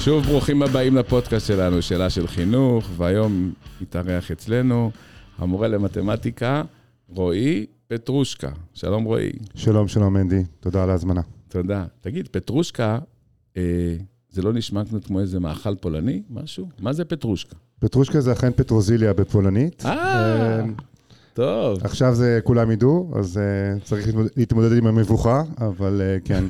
שוב ברוכים הבאים לפודקאסט שלנו, שאלה של חינוך, והיום מתארח אצלנו המורה למתמטיקה, רועי פטרושקה. שלום רועי. שלום, שלום אנדי, תודה על ההזמנה. תודה. תגיד, פטרושקה, זה לא נשמע כמו איזה מאכל פולני, משהו? מה זה פטרושקה? פטרושקה זה אכן פטרוזיליה בפולנית. טוב. עכשיו זה כולם ידעו, אז צריך להתמודד עם המבוכה, אבל כן.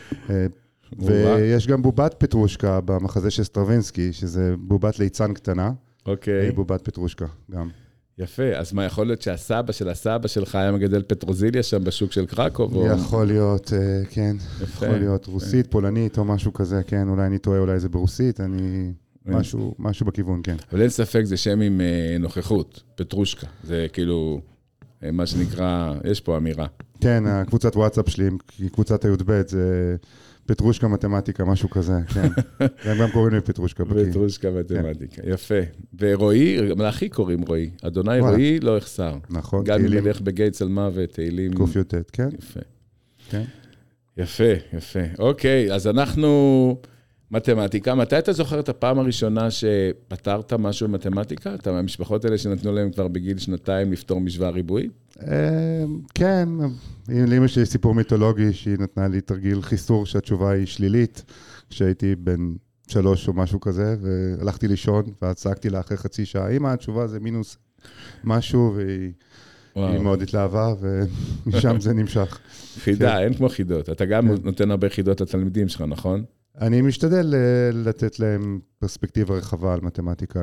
ויש גם בובת פטרושקה במחזה של סטרווינסקי, שזה בובת ליצן קטנה. אוקיי. בובת פטרושקה גם. יפה, אז מה, יכול להיות שהסבא של הסבא שלך היה מגדל פטרוזיליה שם בשוק של קרקוב? יכול להיות, כן. יכול להיות רוסית, פולנית או משהו כזה, כן. אולי אני טועה, אולי זה ברוסית, אני... משהו בכיוון, כן. אבל אין ספק, זה שם עם נוכחות, פטרושקה. זה כאילו, מה שנקרא, יש פה אמירה. כן, הקבוצת וואטסאפ שלי, קבוצת הי"ב, זה פטרושקה מתמטיקה, משהו כזה, כן. הם גם קוראים לי פטרושקה. פטרושקה מתמטיקה, יפה. ורועי, לאחי קוראים רועי. אדוני רועי לא יחסר. נכון. גם אם ילך בגיא צלמה ותהילים. ק"ט, כן. יפה. כן. יפה, יפה. אוקיי, אז אנחנו... מתמטיקה, מתי אתה זוכר את הפעם הראשונה שפתרת משהו במתמטיקה? אתה מהמשפחות האלה שנתנו להם כבר בגיל 2 לפתור משוואה ריבועית? כן, לאמא שלי סיפור מיתולוגי שהיא נתנה לי תרגיל חיסור שהתשובה היא שלילית, כשהייתי בן 3 או משהו כזה, והלכתי לישון והצעקתי לה אחרי חצי שעה, אמא, התשובה זה מינוס משהו, והיא מאוד התלהבה, ומשם זה נמשך. חידה, אין כמו חידות. אתה גם נותן הרבה חידות לתלמידים שלך, נכון? אני משתדל לתת להם פרספקטיבה רחבה על מתמטיקה,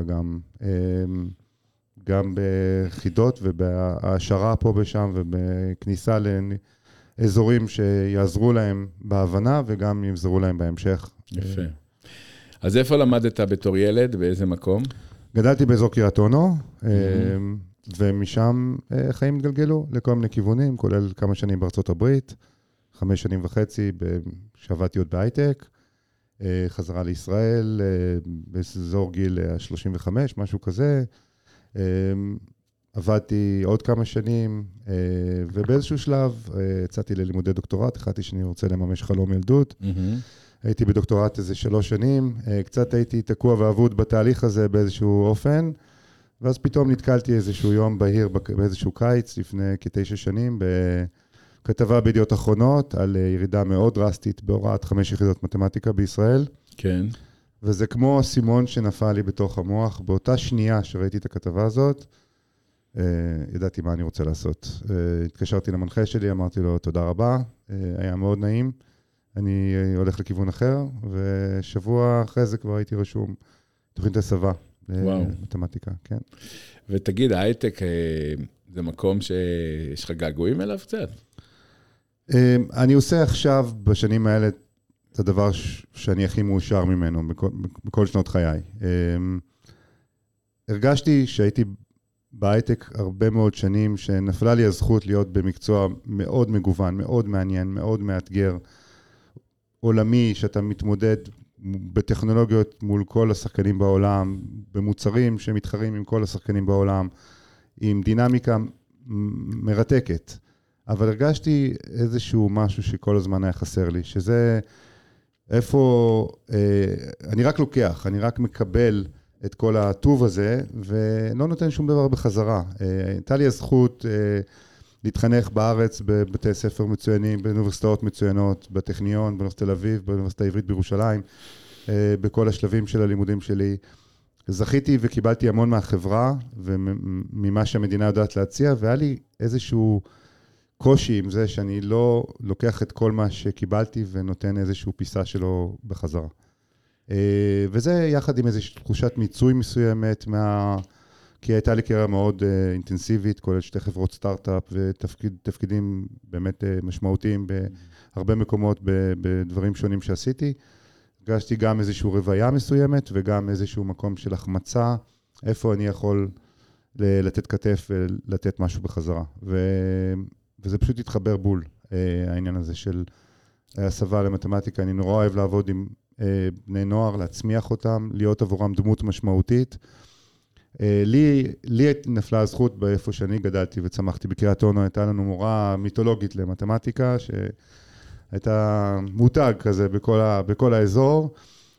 גם בחידות ובהשערה פה ושם, ובכניסה לאזורים שיעזרו להם בהבנה, וגם יעזרו להם בהמשך. יפה. אז איפה למדת בתור ילד? באיזה מקום? גדלתי באזור קריית אונו, ומשם חיים התגלגלו לכל מיני כיוונים, כולל כמה שנים בארצות הברית, 5.5 שנים, שעבדתי עוד בהייטק, חזרה לישראל, באזור גיל 35, משהו כזה. עבדתי עוד כמה שנים, ובאיזשהו שלב יצאתי ללימודי דוקטורט, החלטתי שאני רוצה לממש חלום ילדות. הייתי בדוקטורט איזה 3 שנים, קצת הייתי תקוע ועבוד בתהליך הזה באיזשהו אופן, ואז פתאום נתקלתי איזשהו יום בהיר, באיזשהו קיץ, לפני כ9 שנים, כתבה בידיעות אחרונות על ירידה מאוד דרסטית בהוראת 5 יחידות מתמטיקה בישראל. כן. וזה כמו הסימון שנפל לי בתוך המוח. באותה שנייה שראיתי את הכתבה הזאת, ידעתי מה אני רוצה לעשות. התקשרתי למנחה שלי, אמרתי לו תודה רבה, היה מאוד נעים. אני הולך לכיוון אחר, ושבוע אחרי זה כבר הייתי רשום תוכנית הסבה למתמטיקה, כן. ותגיד, ההייטק זה מקום שיש לך געגועים אליו קצת? אני עושה עכשיו, בשנים האלה, את הדבר שאני הכי מאושר ממנו, בכל שנות חיי. הרגשתי שהייתי בהייטק הרבה מאוד שנים, שנפלה לי הזכות להיות במקצוע מאוד מגוון, מאוד מעניין, מאוד מאתגר, עולמי, שאתה מתמודד בטכנולוגיות מול כל השחקנים בעולם, במוצרים שמתחרים עם כל השחקנים בעולם, עם דינמיקה מרתקת. אבל הרגשתי איזשהו משהו שכל הזמן היה חסר לי, שזה איפה, אני רק לוקח, אני רק מקבל את כל הטוב הזה, ולא נותן שום דבר בחזרה. הייתה לי הזכות להתחנך בארץ בבתי ספר מצוינים, באוניברסיטאות מצוינות, בטכניון, באוניברסיטת תל אביב, באוניברסיטה העברית בירושלים, בכל השלבים של הלימודים שלי. זכיתי וקיבלתי המון מהחברה, וממה שהמדינה יודעת להציע, והיה לי איזשהו קושי עם זה שאני לא לוקח את כל מה שקיבלתי ונותן איזשהו פיסה שלו בחזרה. וזה יחד עם איזושהי תחושת מיצוי מסוימת, כי הייתה לי קריירה מאוד אינטנסיבית, כולל 2 חברות סטארט-אפ ותפקידים באמת משמעותיים בהרבה מקומות בדברים שונים שעשיתי. הרגשתי גם איזושהי רוויה מסוימת וגם איזשהו מקום של החמצה, איפה אני יכול לתת כתף ולתת משהו בחזרה. וזה פשוט התחבר בול, העניין הזה של הסבה למתמטיקה. אני נורא אוהב לעבוד עם בני נוער, להצמיח אותם, להיות עבורם דמות משמעותית. לי נפלה הזכות באיפה שאני גדלתי וצמחתי בקריית אונו, הייתה לנו מורה מיתולוגית למתמטיקה, שהייתה מותג כזה בכל האזור,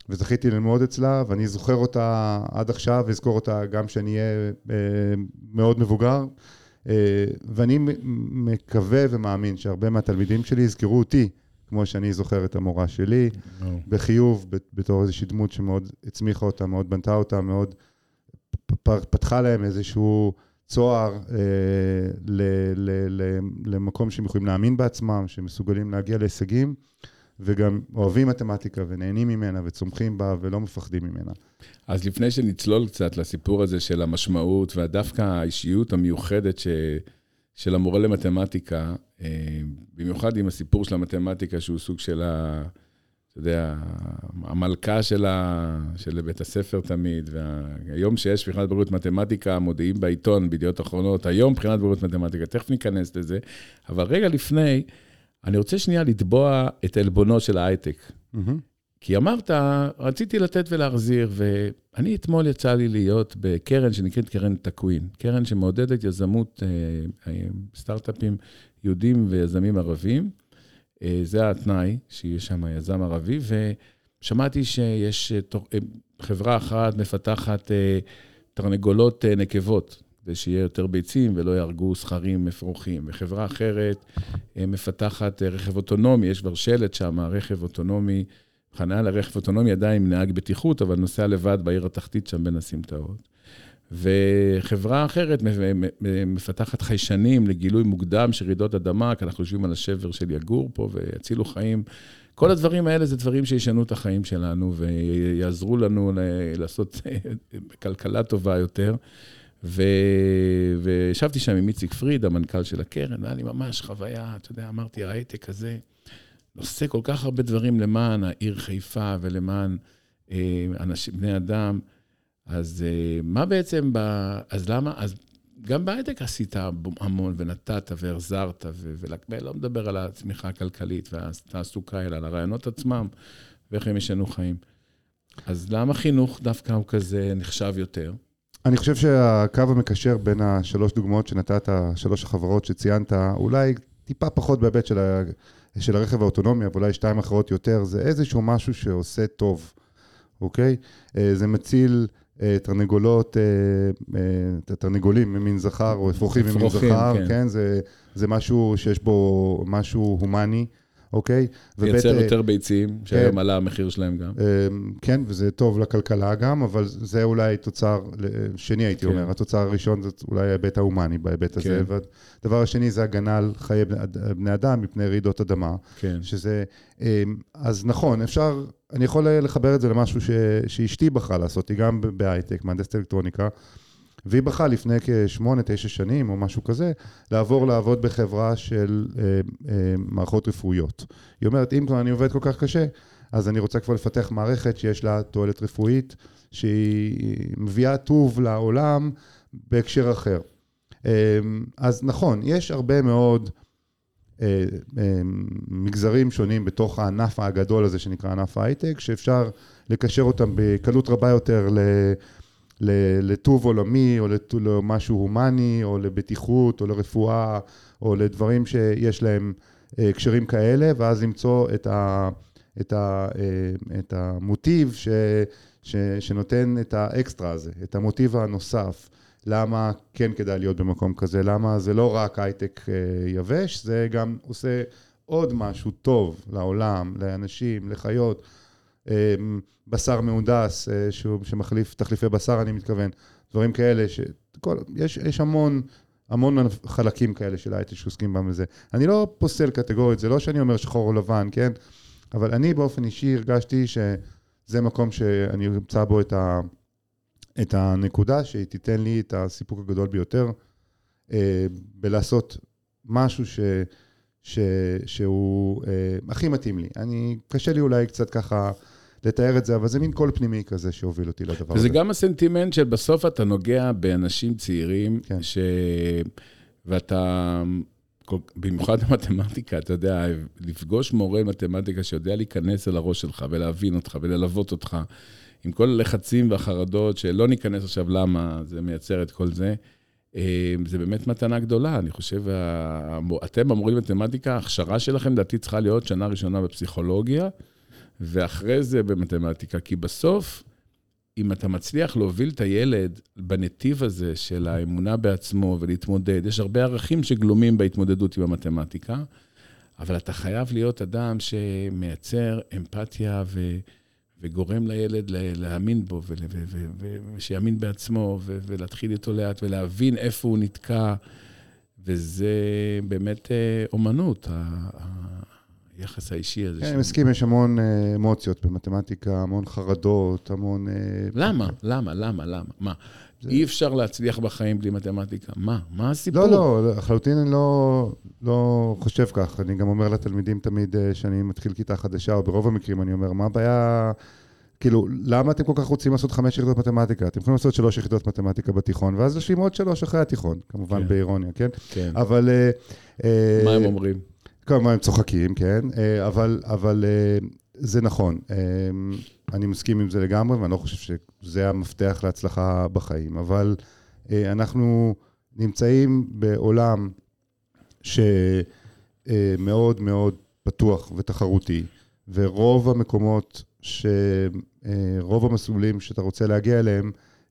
וזכיתי ללמוד אצלה, ואני זוכר אותה עד עכשיו, ואזכור אותה גם שאני אהיה מאוד מבוגר, ואני מקווה ומאמין שהרבה מהתלמידים שלי יזכרו אותי, כמו שאני זוכר את המורה שלי, בחיוב, בתור איזושהי דמות שמאוד הצמיחה אותה, מאוד בנתה אותה, מאוד פתחה להם איזשהו צוהר למקום שהם יכולים להאמין בעצמם, שמסוגלים להגיע להישגים, וגם אוהבים מתמטיקה ונהנים ממנה וצומחים בה ולא מפחדים ממנה. אז לפני שנצלול קצת לסיפור הזה של המשמעות, ודווקא האישיות המיוחדת של המורה למתמטיקה, במיוחד עם הסיפור של המתמטיקה, שהוא סוג של אתה יודע, המלכה של בית הספר תמיד, והיום שיש בחינת בגרות מתמטיקה, מודיעים בעיתון, בידיעות אחרונות, היום בחינת בגרות מתמטיקה, תכף ניכנס לזה, אבל רגע לפני, אני רוצה שנייה לתבוע את העלבונו של ההייטק. כי אמרת, רציתי לתת ולהחזיר, ואני אתמול יצא לי להיות בקרן שנקראת קרן תקווין, קרן שמעודדת יזמות סטארט-אפים יהודים ויזמים ערבים, זה התנאי, שיש שם יזם ערבי, ושמעתי שיש חברה אחת מפתחת תרנגולות נקבות, כדי שיהיה יותר ביצים ולא יהרגו סחרים מפרוכים, וחברה אחרת מפתחת רכב אוטונומי, יש כבר שלט שם, רכב אוטונומי, חניה לרכב אוטונומי עדיין עם נהג בטיחות, אבל נוסע לבד בעיר התחתית שם בין הסמטאות. וחברה אחרת מפתחת חיישנים לגילוי מוקדם של רעידות אדמה, כי אנחנו יושבים על השבר של יגור פה ויצילו חיים. כל הדברים האלה זה דברים שישנו את החיים שלנו ויעזרו לנו לעשות כלכלה טובה יותר. וישבתי שם עם איציק פריד, המנכ"ל של הקרן, והיה לי ממש חוויה, אתה יודע, אמרתי, ההייטק הזה עושה כל כך הרבה דברים למען העיר חיפה ולמען בני אדם. אז מה בעצם, אז למה, אז גם בהייטק עשית המון ונתת והחזרת, ולא מדבר על הצמיחה הכלכלית והתעסוקה, אלא על הרעיונות עצמם, ואיך הם ישנו חיים. אז למה חינוך דווקא הוא כזה נחשב יותר? אני חושב שהקו המקשר בין השלוש דוגמאות שנתת, שלוש החברות שציינת, אולי טיפה פחות בהיבט של הרכב האוטונומי, אבל אולי שתיים אחרות יותר, זה איזשהו משהו שעושה טוב, אוקיי? זה מציל תרנגולים ממין זכר, או אפרוחים ממין זכר, כן? זה משהו שיש בו משהו הומני, אוקיי? יצר יותר ביצים, שהיום עלה המחיר שלהם גם. כן, וזה טוב לכלכלה גם, אבל זה אולי תוצר שני, הייתי אומר. התוצר הראשון זה אולי ההיבט ההומני בהיבט הזה, והדבר השני זה הגנה על חיי בני אדם מפני רעידות אדמה, שזה, אז נכון, אפשר, אני יכול לחבר את זה למשהו שאשתי בחרה לעשות, היא גם בהייטק, מהנדסת אלקטרוניקה, והיא בחרה לפני כ8-9 שנים או משהו כזה, לעבור לעבוד בחברה של מערכות רפואיות. היא אומרת, אם כבר אני עובד כל כך קשה, אז אני רוצה כבר לפתח מערכת שיש לה תועלת רפואית, שהיא מביאה טוב לעולם בהקשר אחר. אז נכון, יש הרבה מאוד מגזרים שונים בתוך הענף הגדול הזה שנקרא ענף ההייטק, שאפשר לקשר אותם בקלות רבה יותר לטוב עולמי, או למשהו הומני, או לבטיחות, או לרפואה, או לדברים שיש להם קשרים כאלה, ואז למצוא את המוטיב שנותן את האקסטרה הזה, את המוטיב הנוסף, למה כן כדאי להיות במקום כזה, למה זה לא רק הייטק יבש, זה גם עושה עוד משהו טוב לעולם, לאנשים, לחיות, בשר מהונדס, שמחליף תחליפי בשר, אני מתכוון, דברים כאלה, יש המון חלקים כאלה של הייטק שעוסקים בהם לזה. אני לא פוסל קטגורית, זה לא שאני אומר שחור או לבן, כן? אבל אני באופן אישי הרגשתי שזה מקום שאני אמצא בו את הנקודה, שהיא תיתן לי את הסיפוק הגדול ביותר, בלעשות משהו שהוא הכי מתאים לי. קשה לי אולי קצת ככה לתאר את זה, אבל זה מין קול פנימי כזה שהוביל אותי לדבר הזה. וזה גם הסנטימנט של בסוף אתה נוגע באנשים צעירים, ואתה, במיוחד במתמטיקה, אתה יודע, לפגוש מורה מתמטיקה שיודע להיכנס אל הראש שלך ולהבין אותך וללוות אותך, עם כל הלחצים והחרדות שלא ניכנס עכשיו למה זה מייצר את כל זה, זה באמת מתנה גדולה. אני חושב, אתם המורים במתמטיקה, ההכשרה שלכם דעתי צריכה להיות שנה ראשונה בפסיכולוגיה, ואחרי זה במתמטיקה, כי בסוף, אם אתה מצליח להוביל את הילד בנתיב הזה של האמונה בעצמו ולהתמודד, יש הרבה ערכים שגלומים בהתמודדות עם המתמטיקה, אבל אתה חייב להיות אדם שמייצר אמפתיה וגורם לילד להאמין בו, ושיאמין בעצמו, ולהתחיל איתו לאט, ולהבין איפה הוא נתקע, וזה באמת אומנות, היחס האישי הזה. כן, אני מסכים, יש המון אמוציות במתמטיקה, המון חרדות, המון... למה? מה? אי אפשר להצליח בחיים בלי מתמטיקה. מה הסיפור? לא, לחלוטין אני לא חושב כך. אני גם אומר לתלמידים תמיד שאני מתחיל כיתה חדשה, או ברוב המקרים אני אומר, מה הבעיה... כאילו, למה אתם כל כך רוצים לעשות 5 יחידות מתמטיקה? אתם יכולים לעשות 3 יחידות מתמטיקה בתיכון, ואז להשלים עוד 3 אחרי התיכון, כמובן באירוניה, כן? כן. אבל... מה הם אומרים? כמובן הם צוחקים, כן? אבל זה נכון. אני מסכים עם זה לגמרי, ואני לא חושב שזה המפתח להצלחה בחיים, אבל אנחנו נמצאים בעולם שמאוד מאוד פתוח ותחרותי, ורוב המקומות רוב המסלולים שאתה רוצה להגיע אליהם,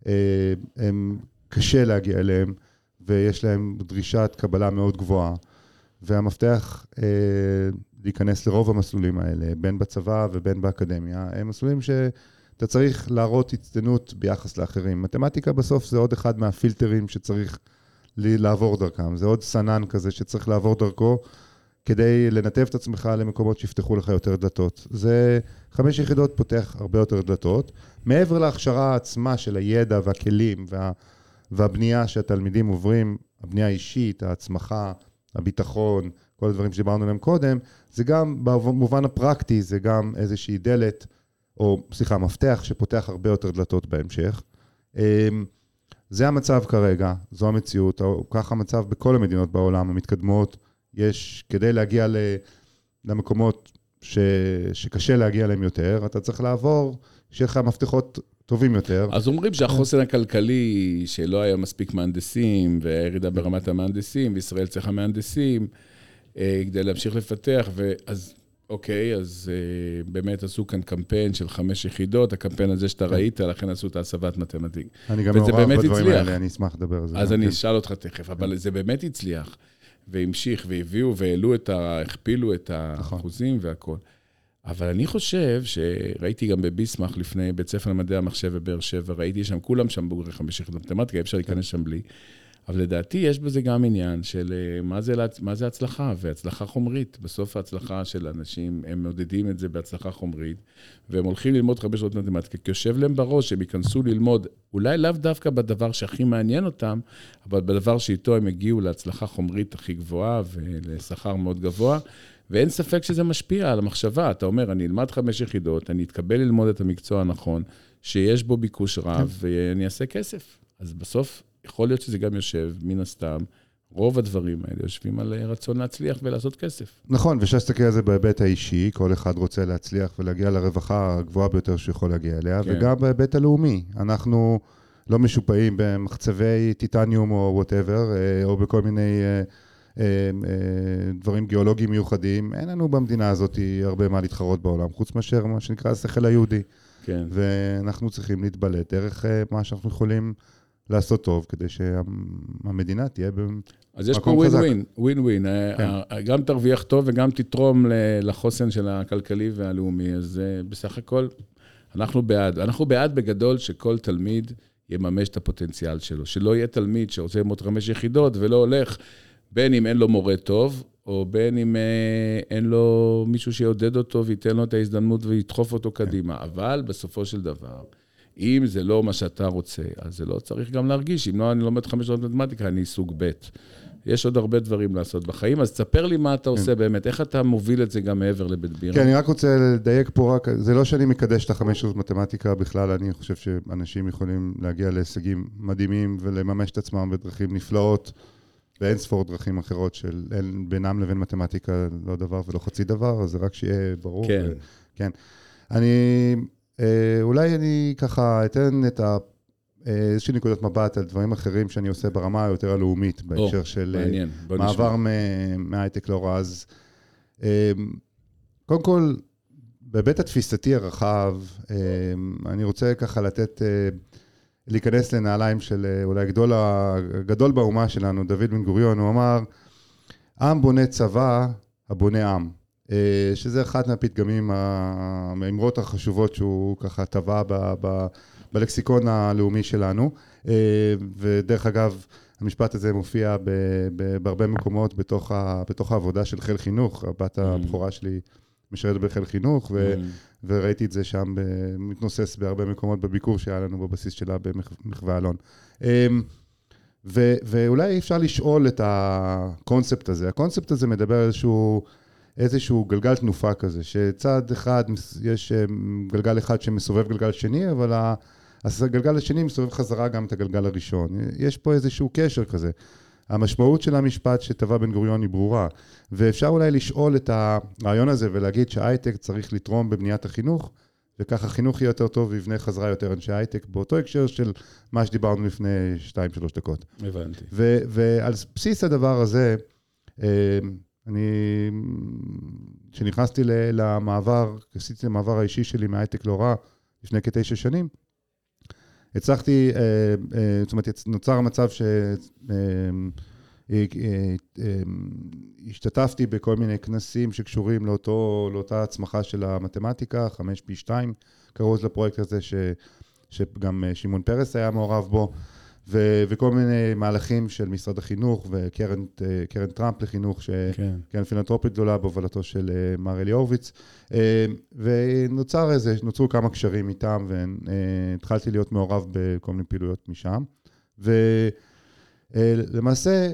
הם קשה להגיע אליהם, ויש להם דרישת קבלה מאוד גבוהה, והמפתח להיכנס לרוב המסלולים האלה, בין בצבא ובין באקדמיה, הם מסלולים שאתה צריך להראות הצטיינות ביחס לאחרים. מתמטיקה בסוף זה עוד אחד מהפילטרים שצריך לעבור דרכם, זה עוד סנן כזה שצריך לעבור דרכו, כדי לנתב את עצמך למקומות שיפתחו לך יותר דלתות. זה 5 יחידות פותח הרבה יותר דלתות. מעבר להכשרה עצמה של הידע והכלים והבנייה שהתלמידים עוברים, הבנייה האישית, ההצמחה, הביטחון, כל הדברים שדיברנו עליהם קודם, זה גם במובן הפרקטי, זה גם איזושהי דלת, או סליחה, מפתח שפותח הרבה יותר דלתות בהמשך. זה המצב כרגע, זו המציאות, ככה המצב בכל המדינות בעולם המתקדמות, יש, כדי להגיע למקומות שקשה להגיע להם יותר, אתה צריך לעבור, שיהיה לך מפתחות טובים יותר. אז אומרים שהחוסן הכלכלי, שלא היה מספיק מהנדסים, והירידה ברמת המהנדסים, וישראל צריכה מהנדסים, כדי להמשיך לפתח, ואז, אוקיי, אז באמת עשו כאן קמפיין של 5 יחידות, הקמפיין הזה שאתה ראית, לכן עשו את הסבת מתמטיקה. אני גם מעורב בדברים האלה, אני אשמח לדבר על זה. אז אני אשאל אותך תכף, אבל זה באמת הצליח. והמשיך והביאו והעלו הכפילו את האחוזים והכל. אבל אני חושב שראיתי גם בביסמך לפני בית ספר למדעי המחשב בבאר שבע, ראיתי שם, כולם שם בוגרי 5 יחידות מתמטיקה, אפשר להיכנס שם בלי. אבל לדעתי יש בזה גם עניין של מה זה הצלחה, והצלחה חומרית. בסוף ההצלחה של אנשים, הם מעודדים את זה בהצלחה חומרית, והם הולכים ללמוד 5 יחידות מתמטיקה, כי יושב להם בראש, הם ייכנסו ללמוד, אולי לאו דווקא בדבר שהכי מעניין אותם, אבל בדבר שאיתו הם הגיעו להצלחה חומרית הכי גבוהה, ולשכר מאוד גבוה, ואין ספק שזה משפיע על המחשבה. אתה אומר, אני אלמד 5 יחידות, אני אתקבל ללמוד את המקצוע הנכון, שיש בו ביקוש רב, ואני אעשה כסף. אז בסוף, יכול להיות שזה גם יושב, מן הסתם, רוב הדברים האלה יושבים על רצון להצליח ולעשות כסף. נכון, ושתסתכל על זה בהיבט האישי, כל אחד רוצה להצליח ולהגיע לרווחה הגבוהה ביותר שיכול להגיע אליה, כן. וגם בהיבט הלאומי. אנחנו לא משופעים במחצבי טיטניום או whatever, או בכל מיני דברים גיאולוגיים מיוחדים. אין לנו במדינה הזאת הרבה מה להתחרות בעולם, חוץ מאשר מה שנקרא השכל היהודי. כן. ואנחנו צריכים להתבלט דרך מה שאנחנו יכולים לעשות טוב, כדי שהמדינה תהיה במקום חזק. אז יש פה ווין-ווין, גם תרוויח טוב וגם תתרום לחוסן של הכלכלי והלאומי, אז בסך הכל אנחנו בעד בגדול שכל תלמיד יממש את הפוטנציאל שלו, שלא יהיה תלמיד שרוצה ללמוד 5 יחידות ולא הולך, בין אם אין לו מורה טוב, או בין אם אין לו מישהו שיעודד אותו וייתן לו את ההזדמנות וידחוף אותו קדימה, אבל בסופו של דבר, אם זה לא מה שאתה רוצה, אז זה לא צריך גם להרגיש. אם לא, אני לומד 5 שעות מתמטיקה, אני סוג ב'. יש עוד הרבה דברים לעשות בחיים, אז תספר לי מה אתה עושה באמת, איך אתה מוביל את זה גם מעבר לבית בירה. כן, אני רק רוצה לדייק פה רק, זה לא שאני מקדש את 5 שעות מתמטיקה בכלל, אני חושב שאנשים יכולים להגיע להישגים מדהימים ולממש את עצמם בדרכים נפלאות, ואין ספור דרכים אחרות של בינם לבין מתמטיקה לא דבר ולא חצי דבר, אז זה רק שיהיה ברור. כן. כן. אולי אני ככה אתן את איזושהי נקודת מבט על דברים אחרים שאני עושה ברמה היותר הלאומית, בהקשר של מעבר מהייטק להוראה. אז קודם כל, בהיבט התפיסתי הרחב, אני רוצה ככה להיכנס לנעליים של אולי הגדול באומה שלנו, דוד בן גוריון, הוא אמר, עם בונה צבא, הבונה עם. שזה אחד מהפתגמים, האמרות החשובות שהוא ככה טבע בלקסיקון הלאומי שלנו. ודרך אגב, המשפט הזה מופיע בהרבה מקומות בתוך העבודה של חיל חינוך. הבת הבכורה שלי משרת בחיל חינוך, וראיתי את זה שם מתנוסס בהרבה מקומות בביקור שהיה לנו בבסיס שלה במחווה אלון. ואולי אפשר לשאול את הקונספט הזה. הקונספט הזה מדבר איזשהו גלגל תנופה כזה, שצד אחד יש גלגל אחד שמסובב גלגל שני, אבל הגלגל השני מסובב חזרה גם את הגלגל הראשון. יש פה איזשהו קשר כזה. המשמעות של המשפט שטבע בן גוריון היא ברורה, ואפשר אולי לשאול את הרעיון הזה ולהגיד שההייטק צריך לתרום בבניית החינוך, וככה החינוך יהיה יותר טוב ויבנה חזרה יותר אנשי הייטק, באותו הקשר של מה שדיברנו לפני 2-3 דקות. הבנתי. ועל בסיס הדבר הזה, כשנכנסתי למעבר, עשיתי למעבר האישי שלי מההייטק להוראה לפני כ9 שנים, הצלחתי, זאת אומרת, נוצר המצב שהשתתפתי בכל מיני כנסים שקשורים לאותה הצמחה של המתמטיקה, 5P2, קראו לזה לפרויקט הזה שגם שמעון פרס היה מעורב בו, וכל מיני מהלכים של משרד החינוך וקרן טראמפ לחינוך, שקרן פילנתרופית גדולה בהובלתו של מר אלי הורוביץ, ונוצרו כמה קשרים איתם, והתחלתי להיות מעורב בכל מיני פעילויות משם, ולמעשה,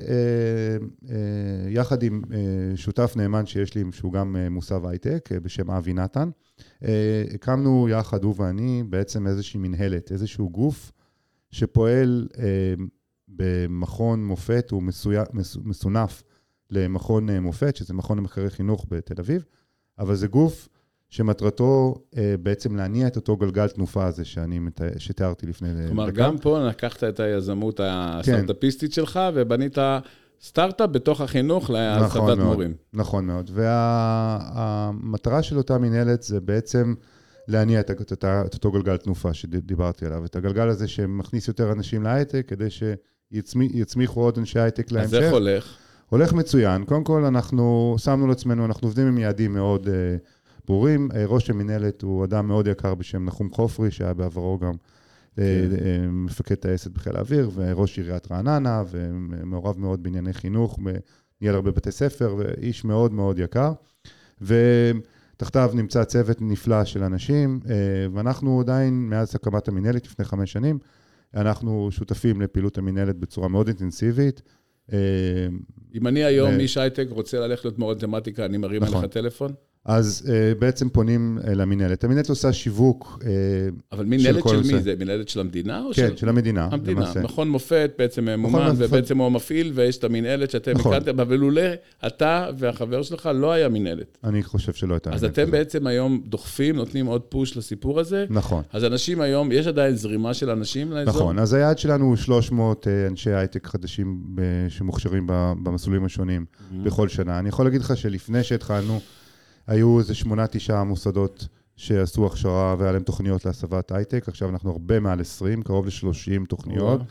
יחד עם שותף נאמן שיש לי, שהוא גם מוסב הייטק, בשם אבי נתן, הקמנו יחד, הוא ואני, בעצם איזושהי מנהלת, איזשהו גוף, שפועל במכון מופת, הוא מסונף למכון מופת, שזה מכון למחקרי חינוך בתל אביב, אבל זה גוף שמטרתו בעצם להניע את אותו גלגל תנופה הזה שתיארתי לפני דקה. כלומר, גם פה לקחת את היזמות הסטארט-אפיסטית שלך, ובנית סטארט-אפ בתוך החינוך להסבת מורים. נכון מאוד, והמטרה של אותה מנהלת זה בעצם להניע את אותו גלגל תנופה שדיברתי עליו, את הגלגל הזה שמכניס יותר אנשים להייטק, כדי שיצמיחו עוד אנשי הייטק להמשך. אז איך הולך? הולך מצוין. קודם כל, אנחנו שמנו לעצמנו, אנחנו עובדים עם יעדים מאוד ברורים. ראש המנהלת הוא אדם מאוד יקר בשם נחום חופרי, שהיה בעברו גם מפקד טייסת בחיל האוויר, וראש עיריית רעננה, ומעורב מאוד בענייני חינוך, ניהל הרבה בתי ספר, ואיש מאוד מאוד יקר. תחתיו נמצא צוות נפלא של אנשים, ואנחנו עדיין, מאז הקמת המנהלת לפני 5 שנים, אנחנו שותפים לפעילות המנהלת בצורה מאוד אינטנסיבית. אם אני היום איש הייטק רוצה ללכת להיות מורה מתמטיקה, אני מרים עליך טלפון? אז בעצם פונים למנהלת. המנהלת עושה שיווק. אבל מנהלת של מי? זה מנהלת של המדינה? כן, של המדינה. המדינה. מכון מופת בעצם מומן, ובעצם הוא המפעיל, ויש את המנהלת שאתם הקמתם, אבל אולי אתה והחבר שלך לא היה מנהלת. אני חושב שלא הייתה. אז אתם בעצם היום דוחפים, נותנים עוד פוש לסיפור הזה. נכון. אז אנשים היום, יש עדיין זרימה של אנשים לאזור? נכון, אז היעד שלנו הוא 300 אנשי הייטק חדשים שמוכשרים במסלולים השונים בכל שנה. אני יכול להגיד לך שלפני שהתחלנו, היו איזה 8-9 מוסדות שעשו הכשרה והיה להם תוכניות להסבת הייטק, עכשיו אנחנו הרבה מעל 20, קרוב ל-30 תוכניות.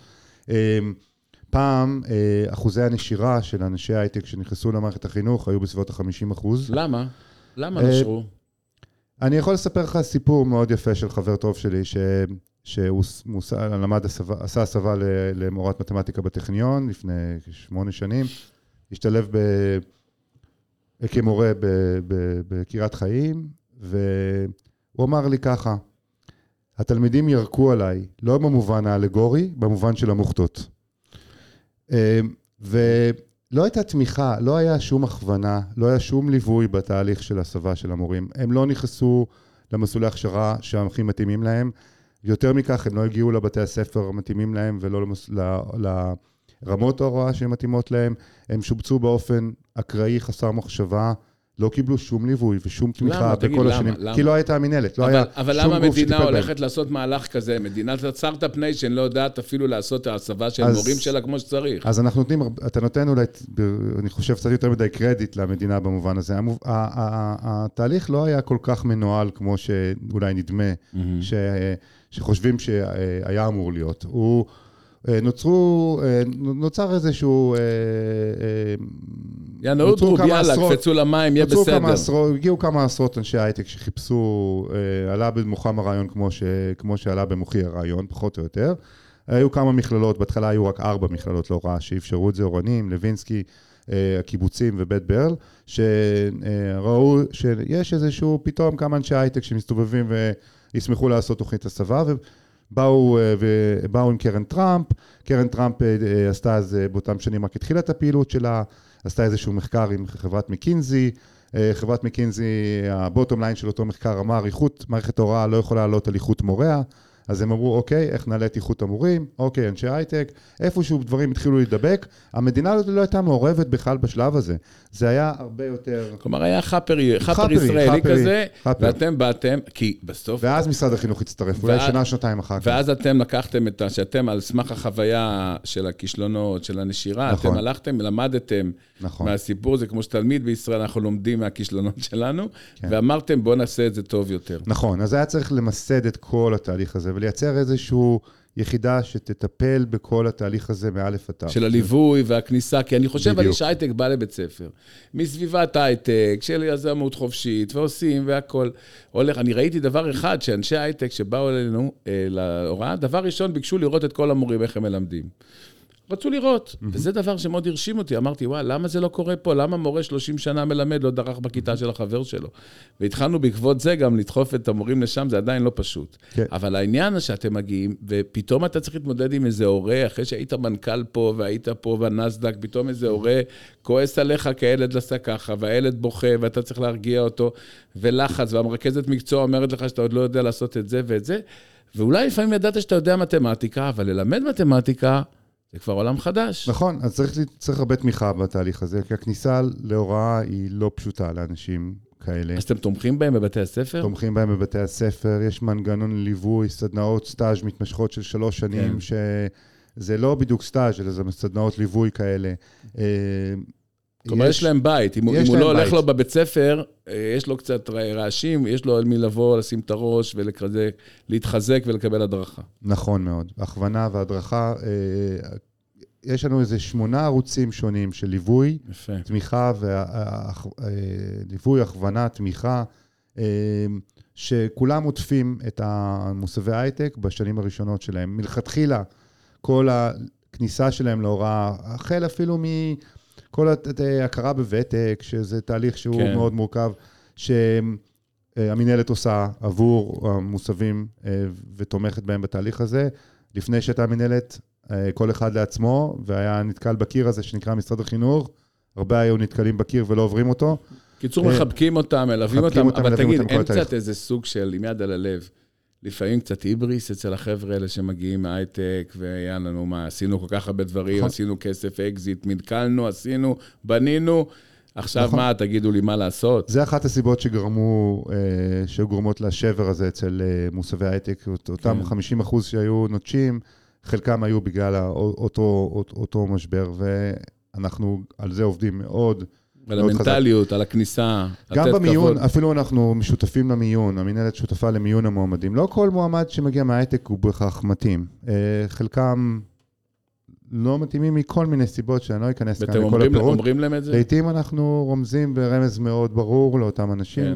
פעם, אחוזי הנשירה של אנשי הייטק שנכנסו למערכת החינוך היו בסביבות ה-50%. למה? למה נשרו? אני יכול לספר לך סיפור מאוד יפה של חבר טוב שלי, שהוא עשה הסבה למורת מתמטיקה בטכניון לפני 8 שנים, השתלב כמורה בקירת חיים, והוא אמר לי ככה, התלמידים ירקו עליי, לא במובן האלגורי, במובן של המוחתות. ולא הייתה תמיכה, לא היה שום הכוונה, לא היה שום ליווי בתהליך של הסבה של המורים. הם לא נכנסו למסלולי הכשרה שהמחים מתאימים להם, יותר מכך הם לא הגיעו לבתי הספר המתאימים להם ולא לרמות ההוראה שהן מתאימות להם, הם שובצו באופן אקראי חסר מחשבה לא קיבלו שום ליווי ושום תמיכה בכל השנים, כי לא הייתה המנהלת, לא היה שום גוף שטיפל בהם. אבל למה המדינה הולכת לעשות מהלך כזה? מדינת סטארט-אפ ניישן לא יודעת אפילו לעשות ההסבה של מורים שלה כמו שצריך. אז אנחנו נותנים, אתה נותן אולי, אני חושב קצת יותר מדי קרדיט למדינה במובן הזה. התהליך לא היה כל כך מנוהל כמו שאולי נדמה, שחושבים שהיה אמור להיות. נוצר איזשהו... יאללה, קפצו למים, יהיה בסדר. הגיעו כמה עשרות אנשי הייטק שחיפשו, עלה במוחם הרעיון כמו שעלה במוחי הרעיון, פחות או יותר. היו כמה מכללות, בהתחלה היו רק 4 מכללות להוראה, שאפשרו את זה, אורנים, לוינסקי, הקיבוצים ובית ברל, שראו שיש איזשהו פתאום כמה אנשי הייטק שמסתובבים וישמחו לעשות תוכנית הסבה, באו עם קרן טראמפ, קרן טראמפ עשתה אז באותם שנים רק התחילה את הפעילות שלה, עשתה איזשהו מחקר עם חברת מקינזי, חברת מקינזי, הבוטום ליין של אותו מחקר אמר, איכות מערכת ההוראה לא יכולה לעלות על איכות מוריה, אז הם אמרו, אוקיי, איך נעלה את איכות המורים? אוקיי, אנשי הייטק, איפשהו דברים התחילו להידבק, המדינה לא הייתה מעורבת בכלל בשלב הזה. זה היה הרבה יותר... כלומר, היה חאפר ישראלי כזה, ואתם באתם, כי בסוף... ואז משרד החינוך הצטרף, אולי שנה, שנתיים אחר כך. ואז אתם לקחתם את שאתם על סמך החוויה של הכישלונות, של הנשירה, אתם הלכתם, למדתם מהסיפור, זה כמו שתלמיד בישראל, אנחנו לומדים מהכישלונות שלנו, ואמרתם, בוא נעשה את זה טוב יותר. נכון, אז היה צריך למסד את כל התהליך הזה, ולייצר איזשהו יחידה שתטפל בכל התהליך הזה מאלף עד תו. של הליווי והכניסה, כי אני חושב על איש הייטק בא לבית ספר, מסביבת הייטק, של יזמות חופשית, ועושים והכל הולך. אני ראיתי דבר אחד, שאנשי הייטק שבאו אלינו להוראה, דבר ראשון ביקשו לראות את כל המורים, איך הם מלמדים. רצו לראות, וזה דבר שמאוד הרשים אותי, אמרתי, וואי, lama זה לא קורה פה? למה מורה 30 שנה מלמד לא דרך בכיתה של החבר שלו? והתחלנו בעקבות זה גם לדחוף את המורים לשם, זה עדיין לא פשוט. אבל העניין שאתם מגיעים, ופתאום אתה צריך להתמודד עם איזה הורה, אחרי שהיית מנכ"ל פה, והיית פה בנסדק, פתאום איזה הורה כועס עליך, כי הילד עשה ככה, והילד בוכה, ואתה צריך להרגיע אותו, ולחץ, והמרכזת מקצוע אומרת לך שאתה עוד לא יודע לעשות את זה ואת זה, ואולי לפעמים ידעת שאתה יודע מתמטיקה, אבל ללמד מתמטיקה זה כבר עולם חדש. נכון, אז צריך הרבה תמיכה בתהליך הזה, כי הכניסה להוראה היא לא פשוטה לאנשים כאלה. אז אתם תומכים בהם בבתי הספר? תומכים בהם בבתי הספר, יש מנגנון ליווי, סדנאות סטאז' מתמשכות של 3 שנים, שזה לא בדיוק סטאז', אלא זה סדנאות ליווי כאלה. כלומר, יש להם בית, אם הוא לא הולך לו בבית ספר, יש לו קצת רעשים, יש לו על מי לבוא, לשים את הראש ולהתחזק ולקבל הדרכה. נכון מאוד. הכוונה והדרכה, יש לנו איזה 8 ערוצים שונים של ליווי, תמיכה, ליווי, הכוונה, תמיכה, שכולם עוטפים את המוסבי הייטק בשנים הראשונות שלהם. מלכתחילה, כל הכניסה שלהם להוראה, החל אפילו כל ההכרה בוותק, שזה תהליך שהוא מאוד מורכב, שהמנהלת עושה עבור המוסבים ותומכת בהם בתהליך הזה. לפני שהייתה המנהלת, כל אחד לעצמו, והיה נתקל בקיר הזה שנקרא משרד החינוך, הרבה היו נתקלים בקיר ולא עוברים אותו. קיצור, מחבקים אותם, מלווים אותם, אבל תגיד, אין קצת איזה סוג של עם יד על הלב, לפעמים קצת היבריס אצל החבר'ה האלה שמגיעים מהייטק, והיה לנו מה, עשינו כל כך הרבה דברים, עשינו כסף אקזיט, מתקלנו, עשינו, בנינו, עכשיו מה, תגידו לי מה לעשות? זה אחת הסיבות שגורמות לשבר הזה אצל מוסבי הייטק, אותם 50% שהיו נוטשים, חלקם היו בגלל אותו משבר, ואנחנו על זה עובדים מאוד, על המנטליות, על הכניסה. גם במיון, אפילו אנחנו משותפים למיון, המנהלת שותפה למיון המועמדים. לא כל מועמד שמגיע מההייטק הוא בכך מתאים. חלקם לא מתאימים מכל מיני סיבות שאני לא אכנס כאן לכל הפירוט. ואתם אומרים להם את זה? לעתים אנחנו רומזים ברמז מאוד ברור לאותם אנשים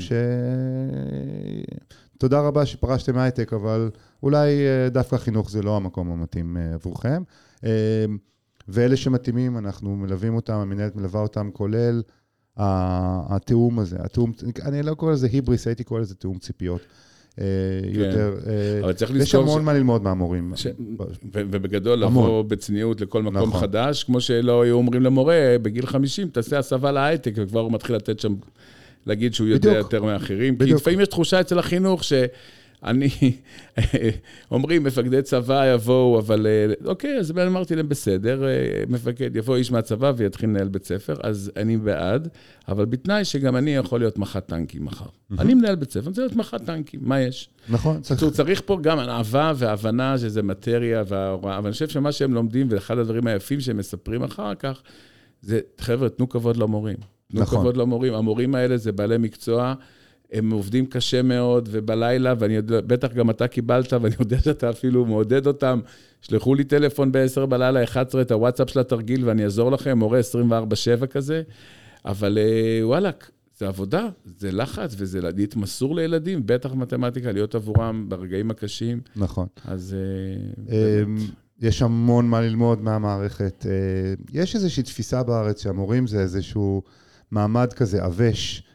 תודה רבה שפרשתם מההייטק, אבל אולי דווקא חינוך זה לא המקום המתאים עבורכם. ואלה שמתאימים, אנחנו מלווים אותם, המנהלת מלווה אותם, כולל התאום הזה. אני לא קורא לזה היבריס, הייתי קורא לזה תאום ציפיות. יותר, יש המון מה ללמוד מהמורים. ובגדול לבוא בצניעות לכל מקום חדש, כמו שלא היו אומרים למורה, בגיל 50, תעשה הסבה להייטק, וכבר הוא מתחיל לתת שם, להגיד שהוא יודע יותר מאחרים. כי לפעמים יש תחושה אצל החינוך אומרים, מפקדי צבא יבואו, אבל אוקיי, אז אני אמרתי להם, בסדר, מפקד יבוא איש מהצבא ויתחיל לנהל בית ספר, אז אני בעד, אבל בתנאי שגם אני יכול להיות מח"ט טנקים מחר. אני מנהל בית ספר, אני צריך להיות מח"ט טנקים, מה יש? נכון. צריך פה גם אהבה והבנה שזה מטריה וההוראה, אבל אני חושב שמה שהם לומדים, ואחד הדברים היפים שהם מספרים אחר כך, זה, חבר'ה, תנו כבוד למורים. תנו כבוד למורים. המורים האלה זה בעלי מקצוע, הם עובדים קשה מאוד, ובלילה, ואני יודע, בטח גם אתה קיבלת, ואני יודע שאתה אפילו מעודד אותם, שלחו לי טלפון ב-10 בלילה, 11, את הוואטסאפ של התרגיל, ואני אעזור לכם, מורה 24/7 כזה, אבל וואלק, זה עבודה, זה לחץ, וזה להתמסור לילדים, בטח מתמטיקה, להיות עבורם ברגעים הקשים. נכון. אז יש המון מה ללמוד מהמערכת. יש איזושהי תפיסה בארץ שהמורים זה איזשהו מעמד כזה עבש,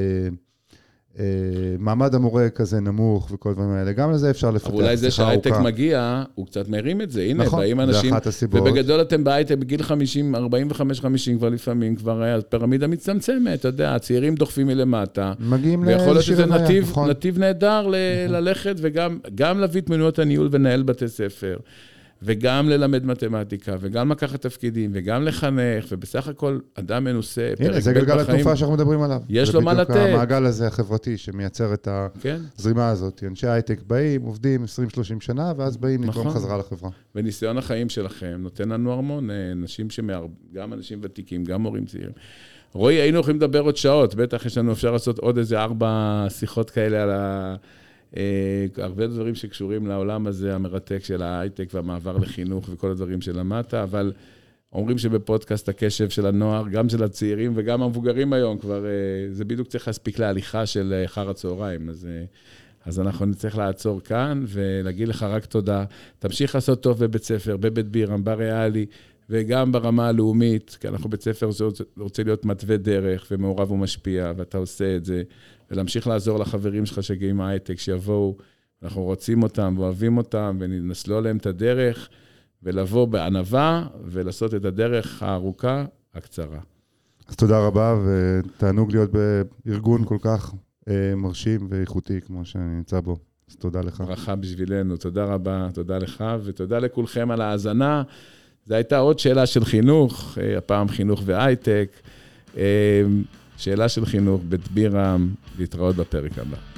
מעמד המורה כזה נמוך וכל דברים האלה. גם לזה אפשר לפתח. אבל אולי זה שההייטק מגיע, הוא קצת מרים את זה. הנה, נכון, באים אנשים, זה אחת הסיבות. ובגדול אתם בהייטק בגיל 50, 45-50 כבר לפעמים, כבר הפירמידה מצטמצמת, אתה יודע, הצעירים דוחפים מלמטה. מגיעים ויכול להיות שזה נכון. נתיב נהדר ללכת, וגם להביא את מנויות הניהול ונהל בתי ספר. וגם ללמד מתמטיקה, וגם לקחת תפקידים, וגם לחנך, ובסך הכל אדם מנוסה, הנה, זה גלגל התנופה שאנחנו מדברים עליו. יש לו מה לתת. זה בדיוק המעגל הזה החברתי, שמייצר את הזרימה הזאת. אנשי הייטק באים, עובדים 20-30 שנה, ואז באים לתרום חזרה לחברה. וניסיון החיים שלכם נותן לנו המון, גם אנשים ותיקים, גם מורים צעירים. רועי, היינו יכולים לדבר עוד שעות, בטח יש לנו אפשר לעשות עוד איזה 4 שיחות כאלה על הרבה דברים שקשורים לעולם הזה, המרתק של ההייטק והמעבר לחינוך וכל הדברים שלמדת, אבל אומרים שבפודקאסט הקשב של הנוער, גם של הצעירים וגם המבוגרים היום, כבר זה בדיוק צריך להספיק להליכה של אחר הצהריים, אז אנחנו נצטרך לעצור כאן ולהגיד לך רק תודה. תמשיך לעשות טוב בבית ספר, בבית בירם, בריאלי, וגם ברמה הלאומית, כי אנחנו בית ספר שרוצה להיות מתווה דרך ומעורב ומשפיע, ואתה עושה את זה, ולהמשיך לעזור לחברים שלך שגאים ההייטק, שיבואו, אנחנו רוצים אותם ואוהבים אותם, וננסלו להם את הדרך, ולבוא בענווה, ולעשות את הדרך הארוכה, הקצרה. אז תודה רבה, ותענוג להיות בארגון כל כך מרשים ואיכותי, כמו שאני נמצא בו. אז תודה לך. ברכה בשבילנו, תודה רבה, תודה לך, ותודה לכולכם על ההאזנה. זו הייתה עוד שאלה של חינוך, הפעם חינוך והייטק, שאלה של חינוך, בית בירם, להתראות בפרק הבא.